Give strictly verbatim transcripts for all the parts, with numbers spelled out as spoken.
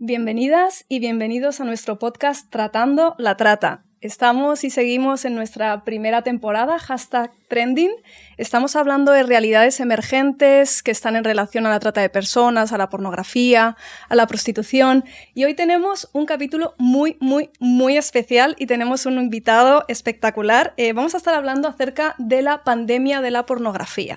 Bienvenidas y bienvenidos a nuestro podcast Tratando la Trata. Estamos y seguimos en nuestra primera temporada, hashtag trending. Estamos hablando de realidades emergentes que están en relación a la trata de personas, a la pornografía, a la prostitución. Y hoy tenemos un capítulo muy, muy, muy especial y tenemos un invitado espectacular. Eh, vamos a estar hablando acerca de la pandemia de la pornografía.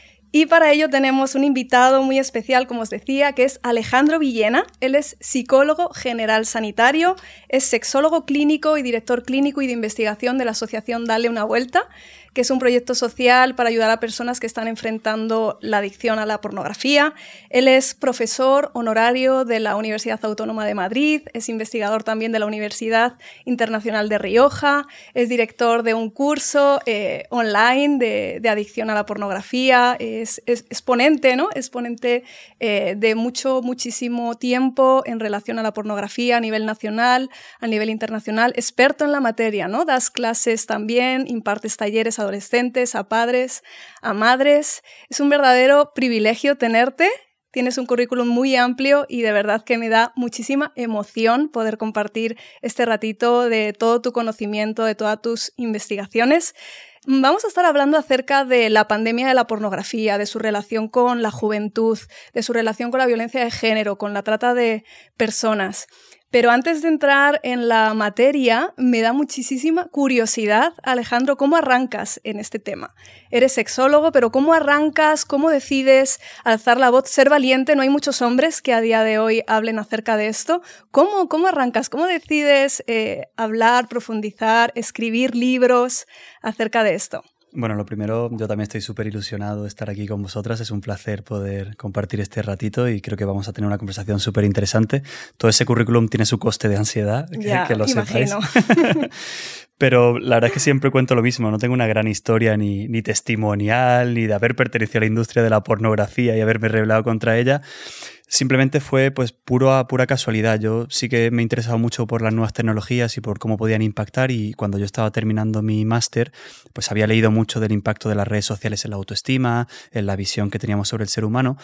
Y para ello tenemos un invitado muy especial, como os decía, que es Alejandro Villena. Él es psicólogo general sanitario, es sexólogo clínico y director clínico y de investigación de la asociación Dale una Vuelta, que es un proyecto social para ayudar a personas que están enfrentando la adicción a la pornografía. Él es profesor honorario de la Universidad Autónoma de Madrid, es investigador también de la Universidad Internacional de Rioja, es director de un curso eh, online de, de adicción a la pornografía, es, es exponente, ¿no? Exponente eh, de mucho, muchísimo tiempo en relación a la pornografía a nivel nacional, a nivel internacional, experto en la materia, ¿no? Das clases también, impartes talleres a adolescentes, a padres, a madres. Es un verdadero privilegio tenerte. Tienes un currículum muy amplio y de verdad que me da muchísima emoción poder compartir este ratito de todo tu conocimiento, de todas tus investigaciones. Vamos a estar hablando acerca de la pandemia de la pornografía, de su relación con la juventud, de su relación con la violencia de género, con la trata de personas. Pero antes de entrar en la materia, me da muchísima curiosidad, Alejandro, ¿cómo arrancas en este tema? Eres sexólogo, pero ¿cómo arrancas? ¿Cómo decides alzar la voz, ser valiente? No hay muchos hombres que a día de hoy hablen acerca de esto. ¿Cómo, cómo arrancas? ¿Cómo decides eh, hablar, profundizar, escribir libros acerca de esto? Bueno, lo primero, yo también estoy súper ilusionado de estar aquí con vosotras. Es un placer poder compartir este ratito y creo que vamos a tener una conversación súper interesante. Todo ese currículum tiene su coste de ansiedad, que, ya, que lo imagino. sepáis. Pero la verdad es que siempre cuento lo mismo. No tengo una gran historia ni, ni testimonial, ni de haber pertenecido a la industria de la pornografía y haberme rebelado contra ella. Simplemente fue pues puro, pura casualidad. Yo sí que me he interesado mucho por las nuevas tecnologías y por cómo podían impactar, y cuando yo estaba terminando mi máster pues había leído mucho del impacto de las redes sociales en la autoestima, en la visión que teníamos sobre el ser humano.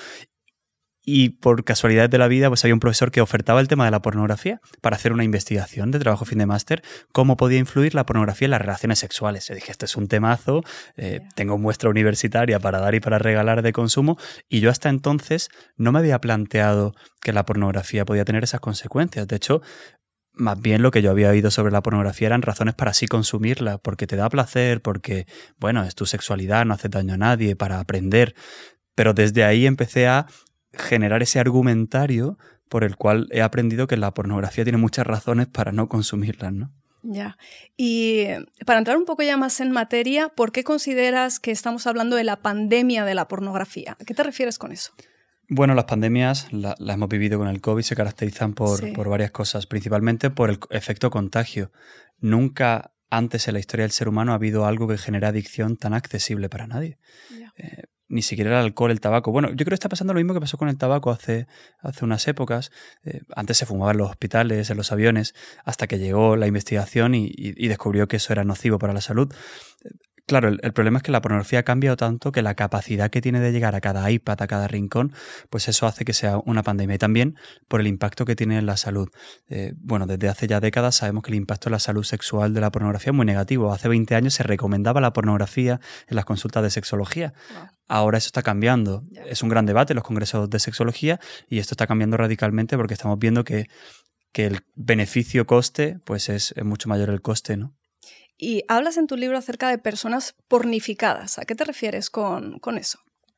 Y por casualidades de la vida, pues había un profesor que ofertaba el tema de la pornografía para hacer una investigación de trabajo fin de máster, cómo podía influir la pornografía en las relaciones sexuales. Yo dije, esto es un temazo, eh, tengo muestra universitaria para dar y para regalar de consumo, y yo hasta entonces no me había planteado que la pornografía podía tener esas consecuencias. De hecho, más bien lo que yo había oído sobre la pornografía eran razones para sí consumirla, porque te da placer, porque, bueno, es tu sexualidad, no hace daño a nadie, para aprender. Pero desde ahí empecé a generar ese argumentario por el cual he aprendido que la pornografía tiene muchas razones para no consumirla, ¿no? Ya. Y para entrar un poco ya más en materia, ¿por qué consideras que estamos hablando de la pandemia de la pornografía? ¿A qué te refieres con eso? Bueno, las pandemias las la hemos vivido con el COVID, se caracterizan por, sí. por varias cosas, principalmente por el efecto contagio. Nunca antes en la historia del ser humano ha habido algo que genere adicción tan accesible para nadie. Yeah. Eh, Ni siquiera el alcohol, el tabaco. Bueno, yo creo que está pasando lo mismo que pasó con el tabaco hace, hace unas épocas. Eh, antes se fumaba en los hospitales, en los aviones, hasta que llegó la investigación y, y, y descubrió que eso era nocivo para la salud. Eh, claro, el, el problema es que la pornografía ha cambiado tanto que la capacidad que tiene de llegar a cada iPad, a cada rincón, pues eso hace que sea una pandemia. Y también por el impacto que tiene en la salud. Eh, bueno, desde hace ya décadas sabemos que el impacto en la salud sexual de la pornografía es muy negativo. Hace veinte años se recomendaba la pornografía en las consultas de sexología. Wow. Ahora eso está cambiando. Yeah. Es un gran debate en los congresos de sexología y esto está cambiando radicalmente porque estamos viendo que, que el beneficio-coste pues es, es mucho mayor el coste, ¿no? Y hablas en tu libro acerca de personas pornificadas. ¿A qué te refieres con, con eso?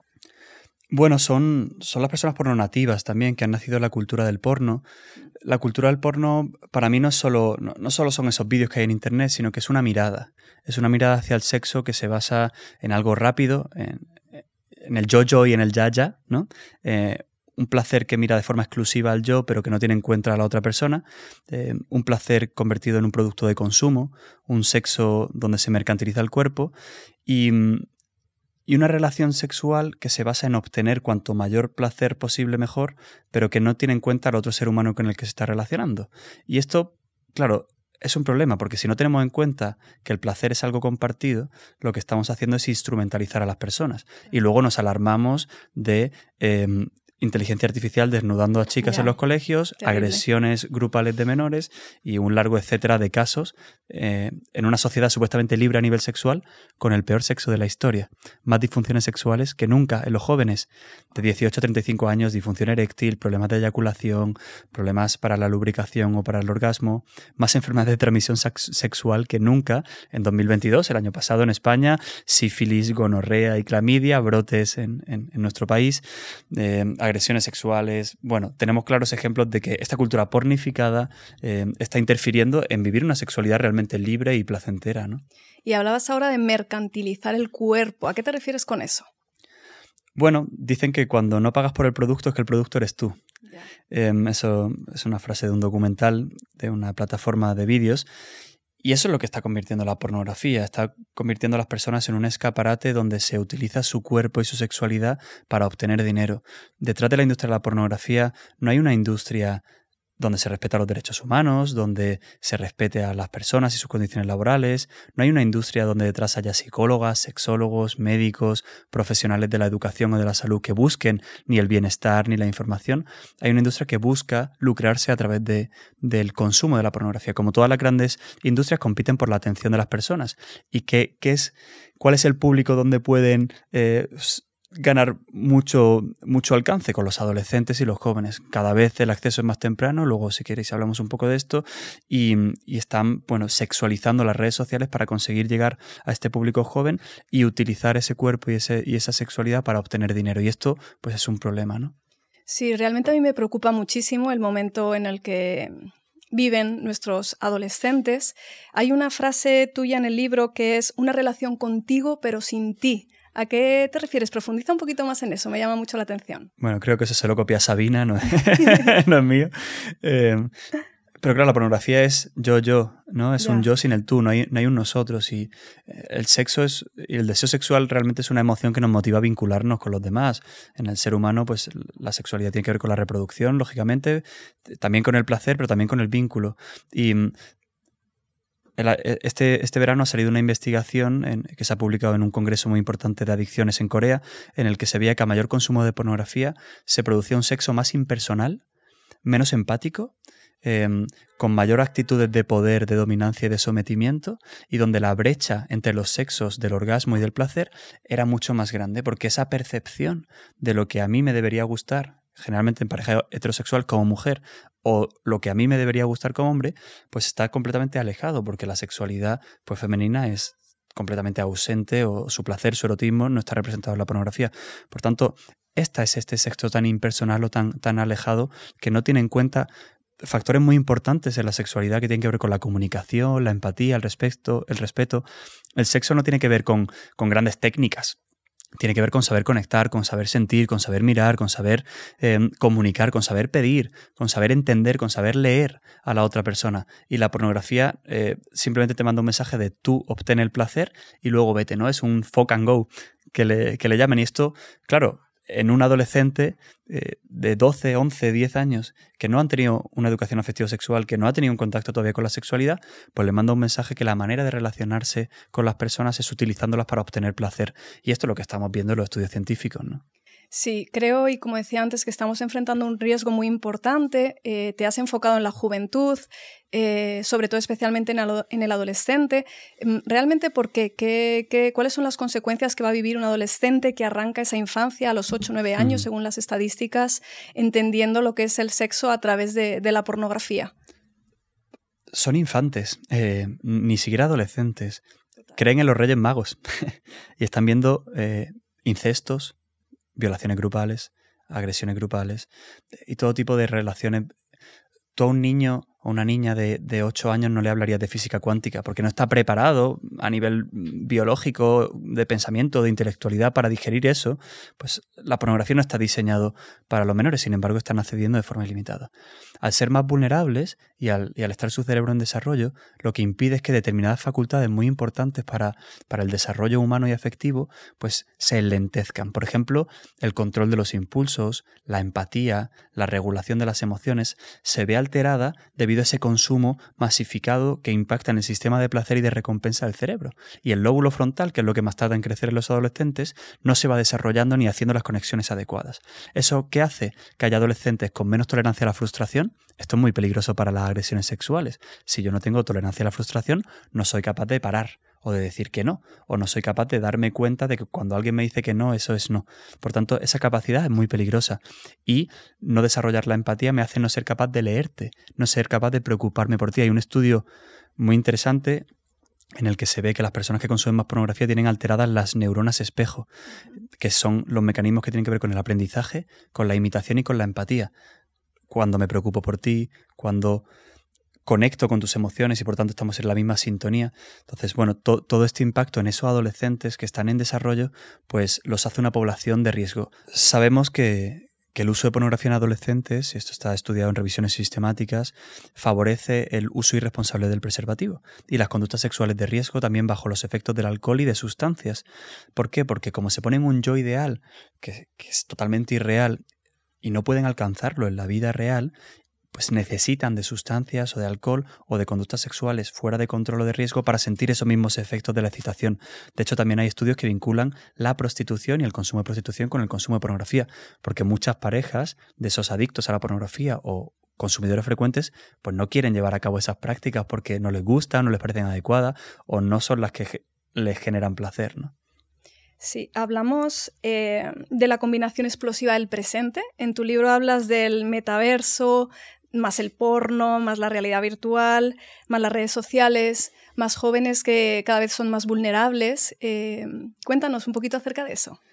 Bueno, son, son las personas pornonativas también, que han nacido en la cultura del porno. La cultura del porno para mí no es solo, no, no solo son esos vídeos que hay en internet, sino que es una mirada. Es una mirada hacia el sexo que se basa en algo rápido, en, en el yo-yo y en el ya-ya, ¿no? Eh, un placer que mira de forma exclusiva al yo, pero que no tiene en cuenta a la otra persona, eh, un placer convertido en un producto de consumo, un sexo donde se mercantiliza el cuerpo y, y una relación sexual que se basa en obtener cuanto mayor placer posible mejor, pero que no tiene en cuenta al otro ser humano con el que se está relacionando. Y esto, claro, es un problema, porque si no tenemos en cuenta que el placer es algo compartido, lo que estamos haciendo es instrumentalizar a las personas. Y luego nos alarmamos de... Eh, inteligencia artificial desnudando a chicas Ya. en los colegios, Terrible. agresiones grupales de menores y un largo etcétera de casos eh, en una sociedad supuestamente libre a nivel sexual con el peor sexo de la historia. Más disfunciones sexuales que nunca en los jóvenes de dieciocho a treinta y cinco años, disfunción eréctil, problemas de eyaculación, problemas para la lubricación o para el orgasmo, más enfermedades de transmisión sex- sexual que nunca en dos mil veintidós, el año pasado en España, sífilis, gonorrea y clamidia, brotes en, en, en nuestro país, eh, agresiones sexuales. Bueno, tenemos claros ejemplos de que esta cultura pornificada eh, está interfiriendo en vivir una sexualidad realmente libre y placentera, ¿no? Y hablabas ahora de mercantilizar el cuerpo. ¿A qué te refieres con eso? Bueno, dicen que cuando no pagas por el producto es que el producto eres tú. Ya. Eh, eso es una frase de un documental de una plataforma de vídeos. Y eso es lo que está convirtiendo la pornografía. Está convirtiendo a las personas en un escaparate donde se utiliza su cuerpo y su sexualidad para obtener dinero. Detrás de la industria de la pornografía no hay una industria donde se respetan los derechos humanos, donde se respete a las personas y sus condiciones laborales. No hay una industria donde detrás haya psicólogas, sexólogos, médicos, profesionales de la educación o de la salud que busquen ni el bienestar ni la información. Hay una industria que busca lucrarse a través de, del consumo de la pornografía. Como todas las grandes industrias compiten por la atención de las personas. ¿Y qué, qué es, cuál es el público donde pueden eh, ganar mucho, mucho alcance? Con los adolescentes y los jóvenes. Cada vez el acceso es más temprano, luego si queréis hablamos un poco de esto, y, y están bueno, sexualizando las redes sociales para conseguir llegar a este público joven y utilizar ese cuerpo y, ese, y esa sexualidad para obtener dinero. Y esto pues es un problema, ¿no? Sí, realmente a mí me preocupa muchísimo el momento en el que viven nuestros adolescentes. Hay una frase tuya en el libro que es una relación contigo pero sin ti. ¿A qué te refieres? Profundiza un poquito más en eso, me llama mucho la atención. Bueno, creo que eso se lo copia Sabina, no es, no es mío. Eh, pero claro, la pornografía es yo, yo, ¿no? Es Ya. un yo sin el tú, no hay, no hay un nosotros. Y el sexo es, y el deseo sexual realmente es una emoción que nos motiva a vincularnos con los demás. En el ser humano, pues la sexualidad tiene que ver con la reproducción, lógicamente, también con el placer, pero también con el vínculo. Y Este, este verano ha salido una investigación en, que se ha publicado en un congreso muy importante de adicciones en Corea, en el que se veía que a mayor consumo de pornografía se producía un sexo más impersonal, menos empático, eh, con mayor actitudes de poder, de dominancia y de sometimiento, y donde la brecha entre los sexos del orgasmo y del placer era mucho más grande, porque esa percepción de lo que a mí me debería gustar, generalmente en pareja heterosexual como mujer, o lo que a mí me debería gustar como hombre, pues está completamente alejado, porque la sexualidad pues, femenina es completamente ausente, o su placer, su erotismo no está representado en la pornografía. Por tanto, esta es este sexo tan impersonal o tan, tan alejado que no tiene en cuenta factores muy importantes en la sexualidad que tienen que ver con la comunicación, la empatía, el respeto. El, respeto. El sexo no tiene que ver con, con grandes técnicas. Tiene que ver con saber conectar, con saber sentir, con saber mirar, con saber eh, comunicar, con saber pedir, con saber entender, con saber leer a la otra persona. Y la pornografía eh, simplemente te manda un mensaje de tú obtén el placer y luego vete, ¿no? Es un fuck and go que le, que le llaman. Y esto, claro, en un adolescente eh, de doce, once, diez años que no han tenido una educación afectivo-sexual, que no ha tenido un contacto todavía con la sexualidad, pues le manda un mensaje que la manera de relacionarse con las personas es utilizándolas para obtener placer. Y esto es lo que estamos viendo en los estudios científicos, ¿no? Sí, creo, y como decía antes, que estamos enfrentando un riesgo muy importante. Eh, te has enfocado en la juventud, eh, sobre todo especialmente en, alo- en el adolescente. ¿Realmente por qué? ¿Qué, qué? ¿Cuáles son las consecuencias que va a vivir un adolescente que arranca esa infancia a los ocho o nueve años, mm. según las estadísticas, entendiendo lo que es el sexo a través de, de la pornografía? Son infantes, eh, ni siquiera adolescentes. Creen en los Reyes Magos y están viendo eh, incestos, violaciones grupales, agresiones grupales y todo tipo de relaciones. Tú a un niño o una niña de, de ocho años no le hablarías de física cuántica porque no está preparado a nivel biológico, de pensamiento, de intelectualidad para digerir eso. Pues la pornografía no está diseñado para los menores, sin embargo están accediendo de forma ilimitada. Al ser más vulnerables y al, y al estar su cerebro en desarrollo, lo que impide es que determinadas facultades muy importantes para, para el desarrollo humano y afectivo pues se enlentezcan. Por ejemplo, el control de los impulsos, la empatía, la regulación de las emociones se ve alterada debido debido a ese consumo masificado que impacta en el sistema de placer y de recompensa del cerebro. Y el lóbulo frontal, que es lo que más tarda en crecer en los adolescentes, no se va desarrollando ni haciendo las conexiones adecuadas. ¿Eso qué hace? Que haya adolescentes con menos tolerancia a la frustración. Esto es muy peligroso para las agresiones sexuales. Si yo no tengo tolerancia a la frustración, no soy capaz de parar o de decir que no, o no soy capaz de darme cuenta de que cuando alguien me dice que no, eso es no. Por tanto, esa capacidad es muy peligrosa y no desarrollar la empatía me hace no ser capaz de leerte, no ser capaz de preocuparme por ti. Hay un estudio muy interesante en el que se ve que las personas que consumen más pornografía tienen alteradas las neuronas espejo, que son los mecanismos que tienen que ver con el aprendizaje, con la imitación y con la empatía. Cuando me preocupo por ti, cuando conecto con tus emociones y por tanto estamos en la misma sintonía. Entonces, bueno, to- todo este impacto en esos adolescentes que están en desarrollo, pues los hace una población de riesgo. Sabemos que, que el uso de pornografía en adolescentes, y esto está estudiado en revisiones sistemáticas, favorece el uso irresponsable del preservativo y las conductas sexuales de riesgo también bajo los efectos del alcohol y de sustancias. ¿Por qué? Porque como se ponen un yo ideal que, que es totalmente irreal y no pueden alcanzarlo en la vida real, pues necesitan de sustancias o de alcohol o de conductas sexuales fuera de control o de riesgo para sentir esos mismos efectos de la excitación. De hecho, también hay estudios que vinculan la prostitución y el consumo de prostitución con el consumo de pornografía, porque muchas parejas de esos adictos a la pornografía o consumidores frecuentes, pues no quieren llevar a cabo esas prácticas porque no les gustan, no les parecen adecuadas o no son las que les generan placer, ¿no? Sí, hablamos eh, de la combinación explosiva del presente. En tu libro hablas del metaverso, más el porno, más la realidad virtual, más las redes sociales, más jóvenes que cada vez son más vulnerables. Eh, cuéntanos un poquito acerca de eso.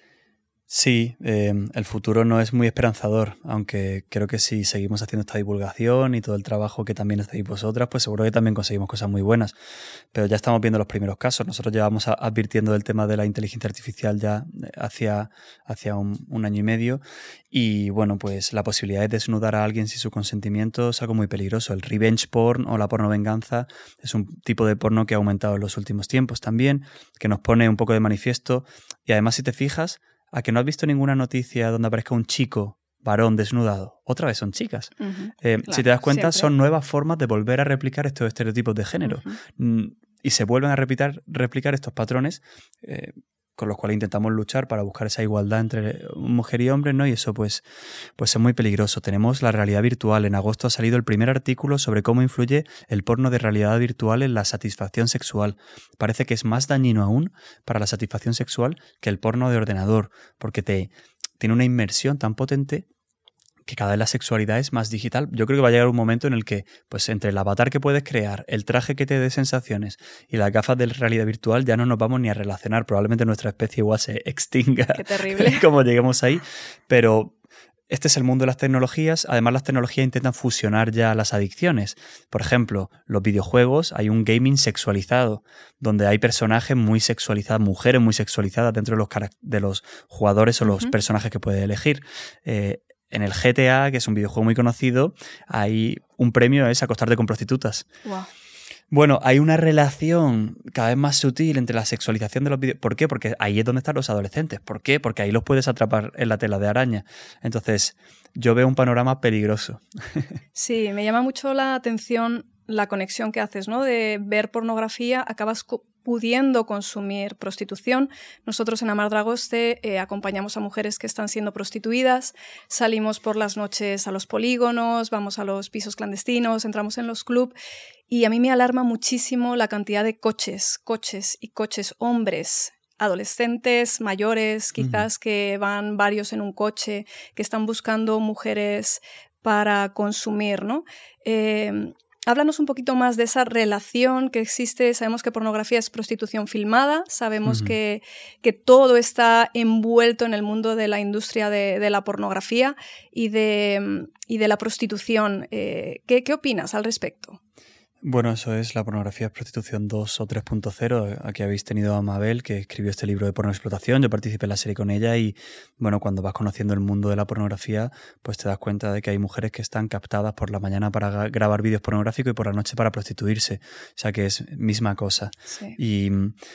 Sí, eh, el futuro no es muy esperanzador, aunque creo que si seguimos haciendo esta divulgación y todo el trabajo que también hacéis vosotras, pues seguro que también conseguimos cosas muy buenas. Pero ya estamos viendo los primeros casos. Nosotros llevamos advirtiendo del tema de la inteligencia artificial ya hacia, hacia un, un año y medio y bueno, pues la posibilidad de desnudar a alguien sin su consentimiento es algo muy peligroso. El revenge porn o la porno venganza es un tipo de porno que ha aumentado en los últimos tiempos también, que nos pone un poco de manifiesto y además si te fijas, ¿a que no has visto ninguna noticia donde aparezca un chico varón desnudado? Otra vez son chicas. Uh-huh, eh, claro, si te das cuenta, siempre. son nuevas formas de volver a replicar estos estereotipos de género. Uh-huh. Y se vuelven a repitar, replicar estos patrones eh, con los cuales intentamos luchar para buscar esa igualdad entre mujer y hombre, ¿no? Y eso pues, pues es muy peligroso. Tenemos la realidad virtual. En agosto ha salido el primer artículo sobre cómo influye el porno de realidad virtual en la satisfacción sexual. Parece que es más dañino aún para la satisfacción sexual que el porno de ordenador, porque te tiene una inmersión tan potente que cada vez la sexualidad es más digital. Yo creo que va a llegar un momento en el que, pues entre el avatar que puedes crear, el traje que te dé sensaciones y las gafas de realidad virtual, ya no nos vamos ni a relacionar. Probablemente nuestra especie igual se extinga. Qué terrible. Como lleguemos ahí. Pero este es el mundo de las tecnologías. Además, las tecnologías intentan fusionar ya las adicciones. Por ejemplo, los videojuegos, hay un gaming sexualizado, donde hay personajes muy sexualizados, mujeres muy sexualizadas dentro de los, de los jugadores o los uh-huh. personajes que puedes elegir. Eh, En el G T A, que es un videojuego muy conocido, hay un premio es acostarte con prostitutas. Wow. Bueno, hay una relación cada vez más sutil entre la sexualización de los videojuegos. ¿Por qué? Porque ahí es donde están los adolescentes. ¿Por qué? Porque ahí los puedes atrapar en la tela de araña. Entonces, yo veo un panorama peligroso. Sí, me llama mucho la atención la conexión que haces, ¿no? De ver pornografía, acabas co- pudiendo consumir prostitución. Nosotros en Amar Dragoste eh, acompañamos a mujeres que están siendo prostituidas, salimos por las noches a los polígonos, vamos a los pisos clandestinos, entramos en los clubs y a mí me alarma muchísimo la cantidad de coches, coches y coches hombres, adolescentes, mayores, quizás uh-huh. que van varios en un coche, que están buscando mujeres para consumir, ¿no? Eh, Háblanos un poquito más de esa relación que existe. Sabemos que pornografía es prostitución filmada, sabemos uh-huh. que, que todo está envuelto en el mundo de la industria de, de la pornografía y de, y de la prostitución. Eh, ¿qué, ¿Qué opinas al respecto? Bueno, eso es la pornografía es prostitución dos o tres punto cero. Aquí habéis tenido a Mabel, que escribió este libro de pornoexplotación. Yo participé en la serie con ella y, bueno, cuando vas conociendo el mundo de la pornografía, pues te das cuenta de que hay mujeres que están captadas por la mañana para grabar vídeos pornográficos y por la noche para prostituirse. O sea que es misma cosa. Sí. Y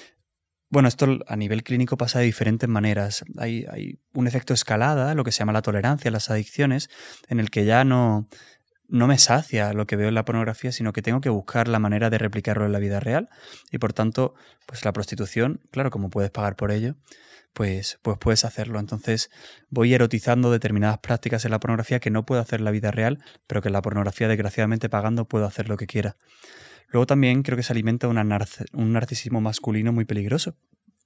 bueno, esto a nivel clínico pasa de diferentes maneras. Hay, hay un efecto escalada, lo que se llama la tolerancia, las adicciones, en el que ya no... no me sacia lo que veo en la pornografía, sino que tengo que buscar la manera de replicarlo en la vida real. Y por tanto, pues la prostitución, claro, como puedes pagar por ello, pues, pues puedes hacerlo. Entonces voy erotizando determinadas prácticas en la pornografía que no puedo hacer en la vida real, pero que en la pornografía, desgraciadamente, pagando puedo hacer lo que quiera. Luego también creo que se alimenta una narc- un narcisismo masculino muy peligroso,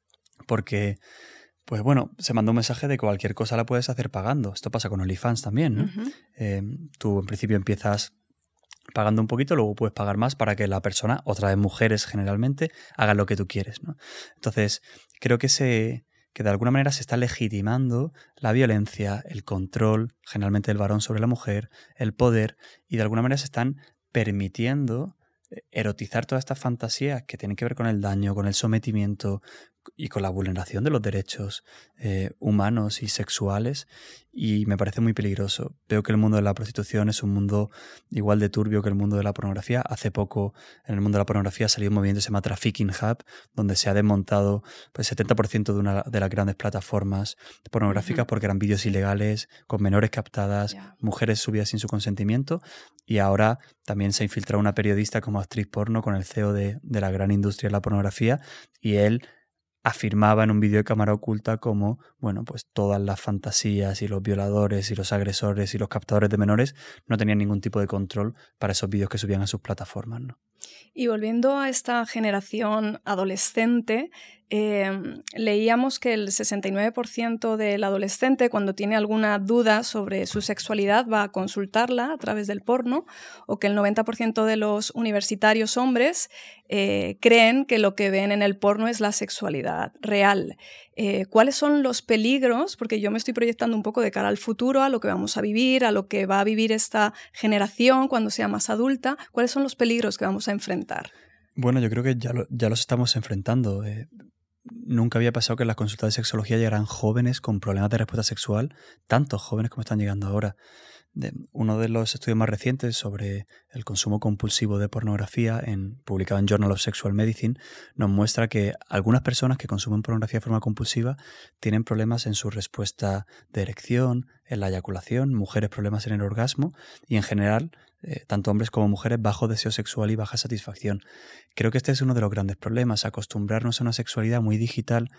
porque, pues bueno, se manda un mensaje de que cualquier cosa la puedes hacer pagando. Esto pasa con OnlyFans también, ¿no? Uh-huh. Eh, tú en principio empiezas pagando un poquito, luego puedes pagar más para que la persona, otra vez mujeres generalmente, hagan lo que tú quieres, ¿no? Entonces, creo que se... que de alguna manera se está legitimando la violencia, el control, generalmente del varón sobre la mujer, el poder, y de alguna manera se están permitiendo erotizar todas estas fantasías que tienen que ver con el daño, con el sometimiento y con la vulneración de los derechos eh, humanos y sexuales, y me parece muy peligroso. Veo que el mundo de la prostitución es un mundo igual de turbio que el mundo de la pornografía. Hace poco en el mundo de la pornografía salió un movimiento que se llama Trafficking Hub, donde se ha desmontado pues, el setenta por ciento de una de las grandes plataformas pornográficas, uh-huh, porque eran vídeos ilegales, con menores captadas, yeah. mujeres subidas sin su consentimiento, y ahora también se ha infiltrado una periodista como actriz porno con el C E O de, de la gran industria de la pornografía, y él afirmaba en un vídeo de cámara oculta como, bueno, pues todas las fantasías y los violadores y los agresores y los captadores de menores no tenían ningún tipo de control para esos vídeos que subían a sus plataformas, ¿no? Y volviendo a esta generación adolescente, eh, leíamos que el sesenta y nueve por ciento del adolescente, cuando tiene alguna duda sobre su sexualidad, va a consultarla a través del porno, o que el noventa por ciento de los universitarios hombres eh, creen que lo que ven en el porno es la sexualidad real. Eh, ¿Cuáles son los peligros? Porque yo me estoy proyectando un poco de cara al futuro, a lo que vamos a vivir, a lo que va a vivir esta generación cuando sea más adulta. ¿Cuáles son los peligros que vamos a enfrentar? Bueno, yo creo que ya, lo, ya los estamos enfrentando. Eh, nunca había pasado que en las consultas de sexología llegaran jóvenes con problemas de respuesta sexual, tantos jóvenes como están llegando ahora. De, uno de los estudios más recientes sobre el consumo compulsivo de pornografía, en, publicado en Journal of Sexual Medicine, nos muestra que algunas personas que consumen pornografía de forma compulsiva tienen problemas en su respuesta de erección, en la eyaculación, mujeres problemas en el orgasmo y en general, eh, tanto hombres como mujeres, bajo deseo sexual y baja satisfacción. Creo que este es uno de los grandes problemas, acostumbrarnos a una sexualidad muy digital.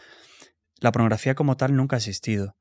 La pornografía como tal nunca ha existido.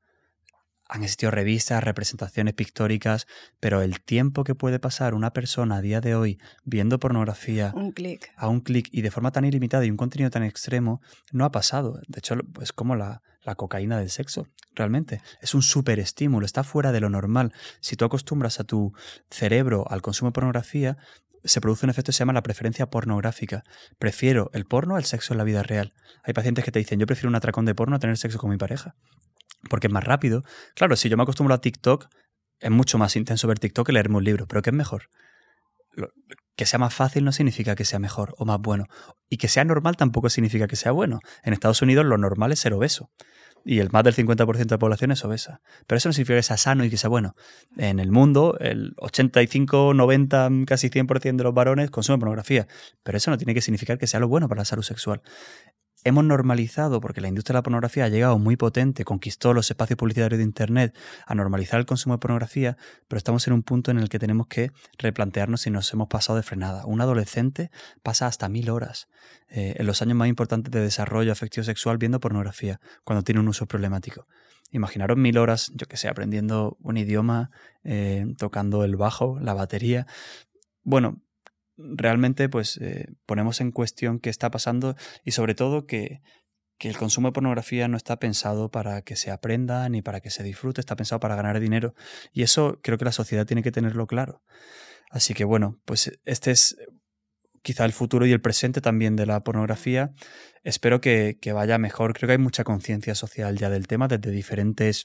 Han existido revistas, representaciones pictóricas, pero el tiempo que puede pasar una persona a día de hoy viendo pornografía un clic. a un clic y de forma tan ilimitada y un contenido tan extremo no ha pasado. De hecho, es pues como la, la cocaína del sexo, realmente. Es un súper estímulo, está fuera de lo normal. Si tú acostumbras a tu cerebro al consumo de pornografía, se produce un efecto que se llama la preferencia pornográfica. Prefiero el porno al sexo en la vida real. Hay pacientes que te dicen, yo prefiero un atracón de porno a tener sexo con mi pareja, porque es más rápido. Claro, si yo me acostumbro a TikTok, es mucho más intenso ver TikTok que leerme un libro, pero ¿qué es mejor? Lo, que sea más fácil no significa que sea mejor o más bueno. Y que sea normal tampoco significa que sea bueno. En Estados Unidos lo normal es ser obeso. Y el más del cincuenta por ciento de la población es obesa. Pero eso no significa que sea sano y que sea bueno. En el mundo, el ochenta y cinco, noventa, casi cien por ciento de los varones consumen pornografía. Pero eso no tiene que significar que sea lo bueno para la salud sexual. Hemos normalizado, porque la industria de la pornografía ha llegado muy potente, conquistó los espacios publicitarios de Internet, a normalizar el consumo de pornografía, pero estamos en un punto en el que tenemos que replantearnos si nos hemos pasado de frenada. Un adolescente pasa hasta mil horas eh, en los años más importantes de desarrollo afectivo sexual viendo pornografía, cuando tiene un uso problemático. Imaginaros mil horas, yo que sé, aprendiendo un idioma, eh, tocando el bajo, la batería. Bueno, realmente pues eh, ponemos en cuestión qué está pasando y sobre todo que, que el consumo de pornografía no está pensado para que se aprenda ni para que se disfrute, está pensado para ganar dinero y eso creo que la sociedad tiene que tenerlo claro. Así que bueno, pues este es quizá el futuro y el presente también de la pornografía. Espero que, que vaya mejor. Creo que hay mucha conciencia social ya del tema desde diferentes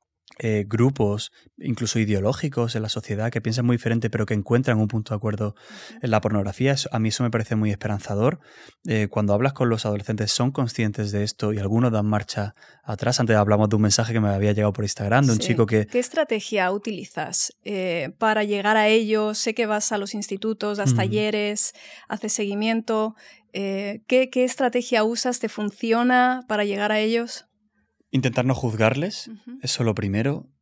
Eh, grupos, incluso ideológicos en la sociedad que piensan muy diferente pero que encuentran un punto de acuerdo en la pornografía. Eso, a mí eso me parece muy esperanzador. Eh, cuando hablas con los adolescentes son conscientes de esto y algunos dan marcha atrás. Antes hablamos de un mensaje que me había llegado por Instagram de un sí. chico que... ¿Qué estrategia utilizas eh, para llegar a ellos? Sé que vas a los institutos, das mm. talleres, haces seguimiento. Eh, ¿qué, ¿Qué estrategia usas? ¿Te funciona para llegar a ellos? Intentar no juzgarles, uh-huh. Eso lo primero.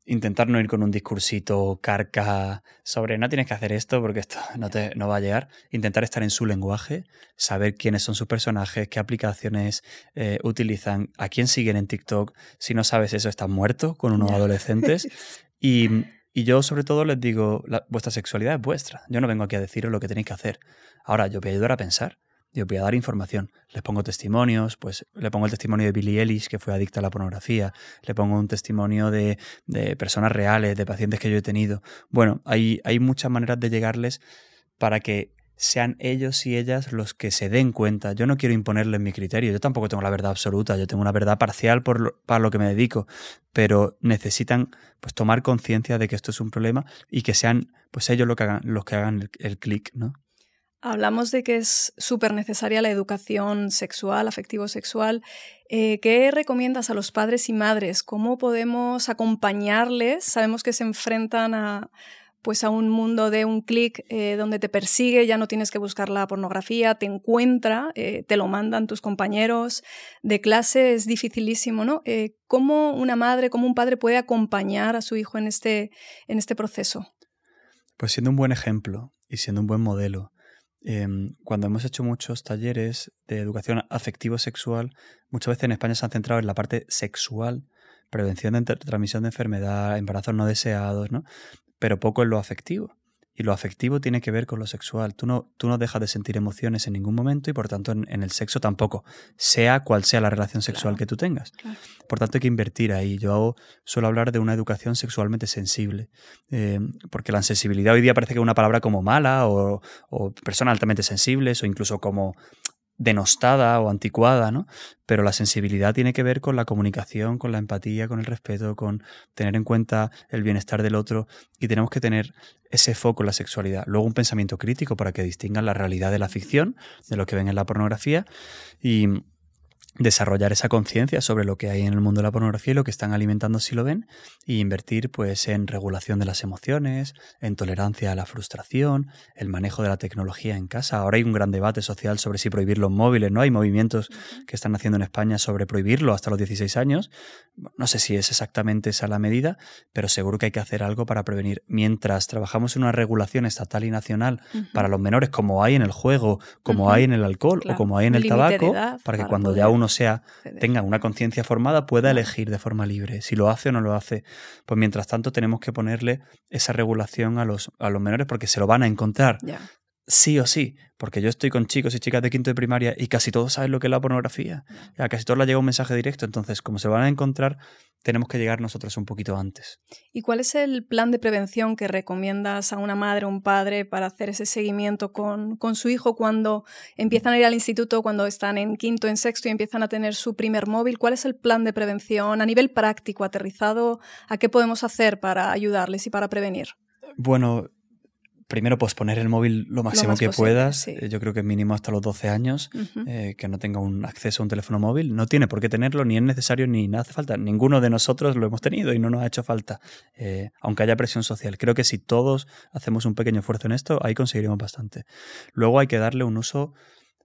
intentar no ir con un discursito carca sobre no tienes que hacer esto porque esto no, te, no va a llegar. Intentar estar en su lenguaje, saber quiénes son sus personajes, qué aplicaciones eh, utilizan, a quién siguen en TikTok. Si no sabes eso, estás muerto con unos adolescentes. Y, y yo sobre todo les digo, la, vuestra sexualidad es vuestra. Yo no vengo aquí a deciros lo que tenéis que hacer. Ahora, yo voy a ayudar a pensar. Yo voy a dar información, les pongo testimonios, pues le pongo el testimonio de Billie Eilish, que fue adicta a la pornografía, le pongo un testimonio de, de personas reales, de pacientes que yo he tenido. Bueno, hay, hay muchas maneras de llegarles para que sean ellos y ellas los que se den cuenta. Yo no quiero imponerles mi criterio, yo tampoco tengo la verdad absoluta, yo tengo una verdad parcial por lo, para lo que me dedico, pero necesitan pues tomar conciencia de que esto es un problema y que sean pues ellos los que hagan, los que hagan el, el clic, ¿no? Hablamos de que es súper necesaria la educación sexual, afectivo-sexual. Eh, ¿Qué recomiendas a los padres y madres? ¿Cómo podemos acompañarles? Sabemos que se enfrentan a, pues a un mundo de un clic eh, donde te persigue, ya no tienes que buscar la pornografía, te encuentra, eh, te lo mandan tus compañeros de clase, es dificilísimo, ¿no? Eh, ¿Cómo una madre, cómo un padre puede acompañar a su hijo en este, en este proceso? Pues siendo un buen ejemplo y siendo un buen modelo. Eh, cuando hemos hecho muchos talleres de educación afectivo-sexual, muchas veces en España se han centrado en la parte sexual, prevención de transmisión de enfermedad, embarazos no deseados, ¿no? Pero poco en lo afectivo. Y lo afectivo tiene que ver con lo sexual. Tú no, tú no dejas de sentir emociones en ningún momento y por tanto en, en el sexo tampoco, sea cual sea la relación sexual claro, que tú tengas. Claro. Por tanto hay que invertir ahí. Yo hago, suelo hablar de una educación sexualmente sensible, eh, porque la sensibilidad hoy día parece que es una palabra como mala o, o personas altamente sensibles o incluso como denostada o anticuada, ¿no? Pero la sensibilidad tiene que ver con la comunicación, con la empatía, con el respeto, con tener en cuenta el bienestar del otro y tenemos que tener ese foco en la sexualidad. Luego un pensamiento crítico para que distingan la realidad de la ficción, de lo que ven en la pornografía y desarrollar esa conciencia sobre lo que hay en el mundo de la pornografía y lo que están alimentando si lo ven y invertir pues en regulación de las emociones, en tolerancia a la frustración, el manejo de la tecnología en casa. Ahora hay un gran debate social sobre si prohibir los móviles, ¿no? Hay movimientos que están haciendo en España sobre prohibirlo hasta los dieciséis años. No sé si es exactamente esa la medida, pero seguro que hay que hacer algo para prevenir. Mientras trabajamos en una regulación estatal y nacional uh-huh. para los menores, como hay en el juego, como uh-huh. hay en el alcohol claro. o como hay en el tabaco, para que para cuando poder... ya uno sea, tenga una conciencia formada, pueda claro. elegir de forma libre si lo hace o no lo hace. Pues mientras tanto tenemos que ponerle esa regulación a los, a los menores porque se lo van a encontrar. Yeah. Sí o sí, porque yo estoy con chicos y chicas de quinto de primaria y casi todos saben lo que es la pornografía. A casi todos les llega un mensaje directo, entonces como se van a encontrar, tenemos que llegar nosotros un poquito antes. ¿Y cuál es el plan de prevención que recomiendas a una madre o un padre para hacer ese seguimiento con, con su hijo cuando empiezan a ir al instituto, cuando están en quinto, en sexto y empiezan a tener su primer móvil? ¿Cuál es el plan de prevención a nivel práctico, aterrizado? ¿A qué podemos hacer para ayudarles y para prevenir? Bueno... Primero, posponer el móvil lo máximo lo que posible, puedas. Sí. Yo creo que mínimo hasta los doce años, uh-huh. eh, que no tenga un acceso a un teléfono móvil. No tiene por qué tenerlo, ni es necesario, ni nada hace falta. Ninguno de nosotros lo hemos tenido y no nos ha hecho falta, eh, aunque haya presión social. Creo que si todos hacemos un pequeño esfuerzo en esto, ahí conseguiremos bastante. Luego hay que darle un uso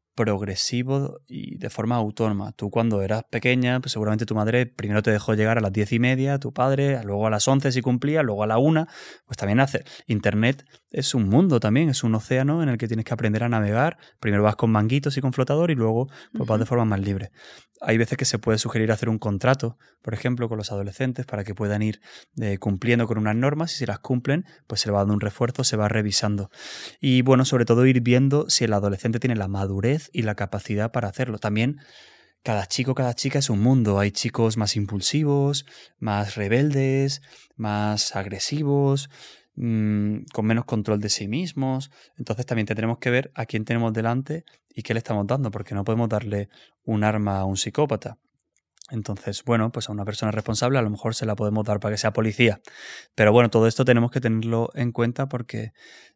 progresivo y de forma autónoma. Tú cuando eras pequeña, pues seguramente tu madre primero te dejó llegar a las diez y media, tu padre, luego a las once si cumplía, luego a la una, pues también hace. Internet es un mundo también, es un océano en el que tienes que aprender a navegar. Primero vas con manguitos y con flotador y luego pues, uh-huh. vas de forma más libre. Hay veces que se puede sugerir hacer un contrato, por ejemplo, con los adolescentes para que puedan ir eh, cumpliendo con unas normas y si las cumplen, pues se le va dando un refuerzo, se va revisando. Y bueno, sobre todo ir viendo si el adolescente tiene la madurez y la capacidad para hacerlo. También cada chico, cada chica es un mundo. Hay chicos más impulsivos, más rebeldes, más agresivos, mmm, con menos control de sí mismos. Entonces también tendremos que ver a quién tenemos delante y qué le estamos dando, porque no podemos darle un arma a un psicópata. Entonces, bueno, pues a una persona responsable a lo mejor se la podemos dar para que sea policía. Pero bueno, todo esto tenemos que tenerlo en cuenta porque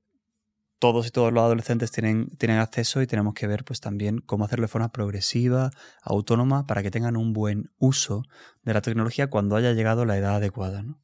todos y todos los adolescentes tienen, tienen acceso y tenemos que ver pues también cómo hacerlo de forma progresiva, autónoma, para que tengan un buen uso de la tecnología cuando haya llegado la edad adecuada, ¿no?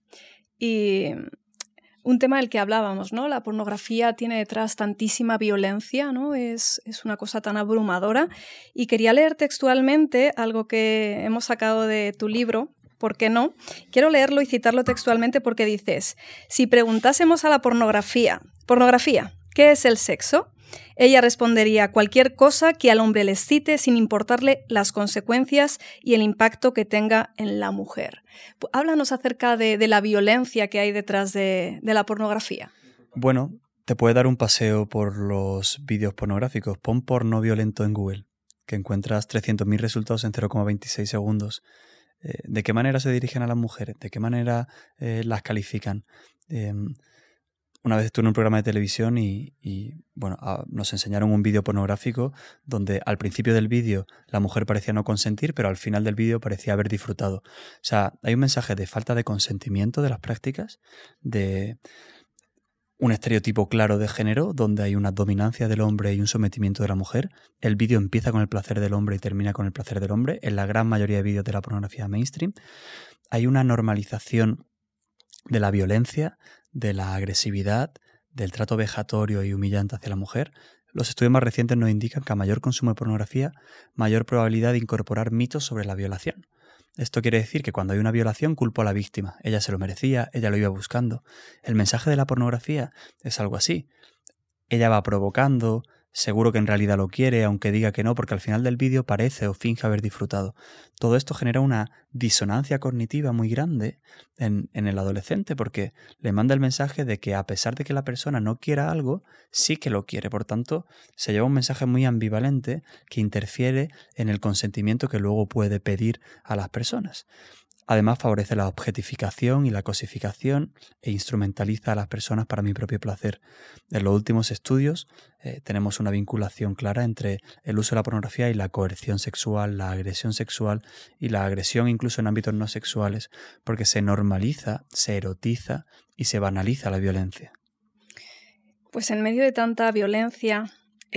Y un tema del que hablábamos, ¿no? La pornografía tiene detrás tantísima violencia, ¿no? Es, es una cosa tan abrumadora. Y quería leer textualmente algo que hemos sacado de tu libro, ¿por qué no? Quiero leerlo y citarlo textualmente porque dices, si preguntásemos a la pornografía, pornografía, ¿qué es el sexo? Ella respondería cualquier cosa que al hombre le excite sin importarle las consecuencias y el impacto que tenga en la mujer. Háblanos acerca de, de la violencia que hay detrás de, de la pornografía. Bueno, te puede dar un paseo por los vídeos pornográficos. Pon porno violento en Google, que encuentras trescientos mil resultados en cero coma veintiséis segundos. Eh, ¿De qué manera se dirigen a las mujeres? ¿De qué manera eh, las califican? Eh, Una vez estuve en un programa de televisión y, y bueno, a, nos enseñaron un vídeo pornográfico donde al principio del vídeo la mujer parecía no consentir, pero al final del vídeo parecía haber disfrutado. O sea, hay un mensaje de falta de consentimiento de las prácticas, de un estereotipo claro de género donde hay una dominancia del hombre y un sometimiento de la mujer. El vídeo empieza con el placer del hombre y termina con el placer del hombre. En la gran mayoría de vídeos de la pornografía mainstream hay una normalización de la violencia, de la agresividad, del trato vejatorio y humillante hacia la mujer. Los estudios más recientes nos indican que a mayor consumo de pornografía, mayor probabilidad de incorporar mitos sobre la violación. Esto quiere decir que cuando hay una violación culpo a la víctima. Ella se lo merecía, ella lo iba buscando. El mensaje de la pornografía es algo así. Ella va provocando, seguro que en realidad lo quiere, aunque diga que no, porque al final del vídeo parece o finge haber disfrutado. Todo esto genera una disonancia cognitiva muy grande en, en el adolescente, porque le manda el mensaje de que a pesar de que la persona no quiera algo, sí que lo quiere. Por tanto, se lleva un mensaje muy ambivalente que interfiere en el consentimiento que luego puede pedir a las personas. Además, favorece la objetificación y la cosificación e instrumentaliza a las personas para mi propio placer. En los últimos estudios eh, tenemos una vinculación clara entre el uso de la pornografía y la coerción sexual, la agresión sexual y la agresión incluso en ámbitos no sexuales, porque se normaliza, se erotiza y se banaliza la violencia. Pues en medio de tanta violencia,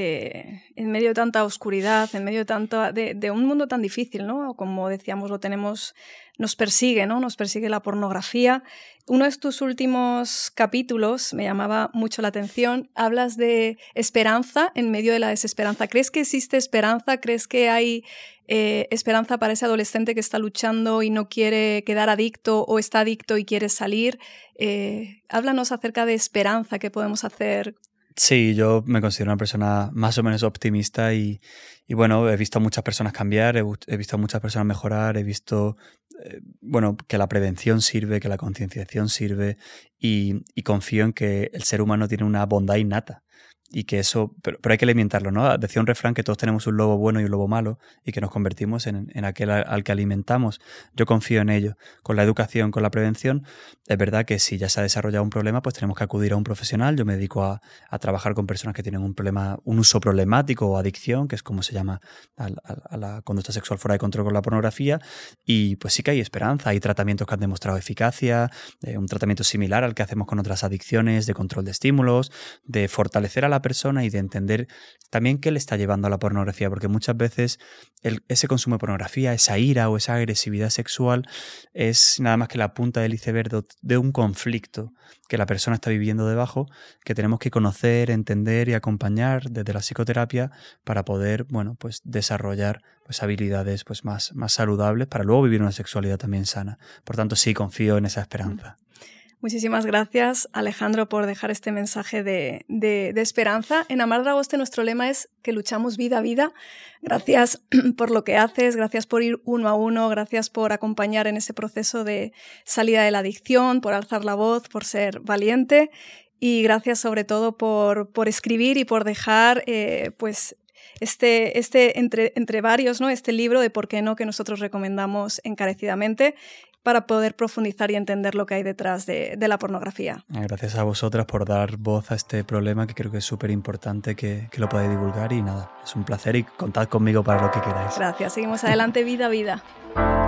eh, en medio de tanta oscuridad, en medio de, tanto, de, de un mundo tan difícil, ¿no? Como decíamos, lo tenemos, nos persigue, ¿no? Nos persigue la pornografía. Uno de tus últimos capítulos me llamaba mucho la atención. Hablas de esperanza en medio de la desesperanza. ¿Crees que existe esperanza? ¿Crees que hay eh, esperanza para ese adolescente que está luchando y no quiere quedar adicto o está adicto y quiere salir? Eh, háblanos acerca de esperanza, ¿qué podemos hacer? Sí, yo me considero una persona más o menos optimista y, y bueno, he visto a muchas personas cambiar, he, he visto a muchas personas mejorar, he visto eh, bueno, que la prevención sirve, que la concienciación sirve y, y confío en que el ser humano tiene una bondad innata. Y que eso, pero, pero hay que alimentarlo, ¿no? Decía un refrán que todos tenemos un lobo bueno y un lobo malo y que nos convertimos en, en aquel al, al que alimentamos. Yo confío en ello. Con la educación, con la prevención, es verdad que si ya se ha desarrollado un problema, pues tenemos que acudir a un profesional. Yo me dedico a, a trabajar con personas que tienen un problema, un uso problemático o adicción, que es como se llama a, a, a la conducta sexual fuera de control con la pornografía. Y pues sí que hay esperanza. Hay tratamientos que han demostrado eficacia, eh, un tratamiento similar al que hacemos con otras adicciones, de control de estímulos, de fortalecer a la persona y de entender también qué le está llevando a la pornografía, porque muchas veces el, ese consumo de pornografía, esa ira o esa agresividad sexual es nada más que la punta del iceberg de un conflicto que la persona está viviendo debajo, que tenemos que conocer, entender y acompañar desde la psicoterapia para poder, bueno, pues desarrollar pues habilidades pues más, más saludables para luego vivir una sexualidad también sana. Por tanto, sí, confío en esa esperanza. Muchísimas gracias, Alejandro, por dejar este mensaje de, de, de esperanza. En Amar Dragoste nuestro lema es que luchamos vida a vida. Gracias por lo que haces, gracias por ir uno a uno, gracias por acompañar en ese proceso de salida de la adicción, por alzar la voz, por ser valiente y gracias sobre todo por, por escribir y por dejar eh, pues este, este entre, entre varios, ¿no? Este libro de Por qué no que nosotros recomendamos encarecidamente, para poder profundizar y entender lo que hay detrás de, de la pornografía. Gracias a vosotras por dar voz a este problema que creo que es súper importante que, que lo podáis divulgar y nada, es un placer y contad conmigo para lo que queráis. Gracias, seguimos adelante vida a vida.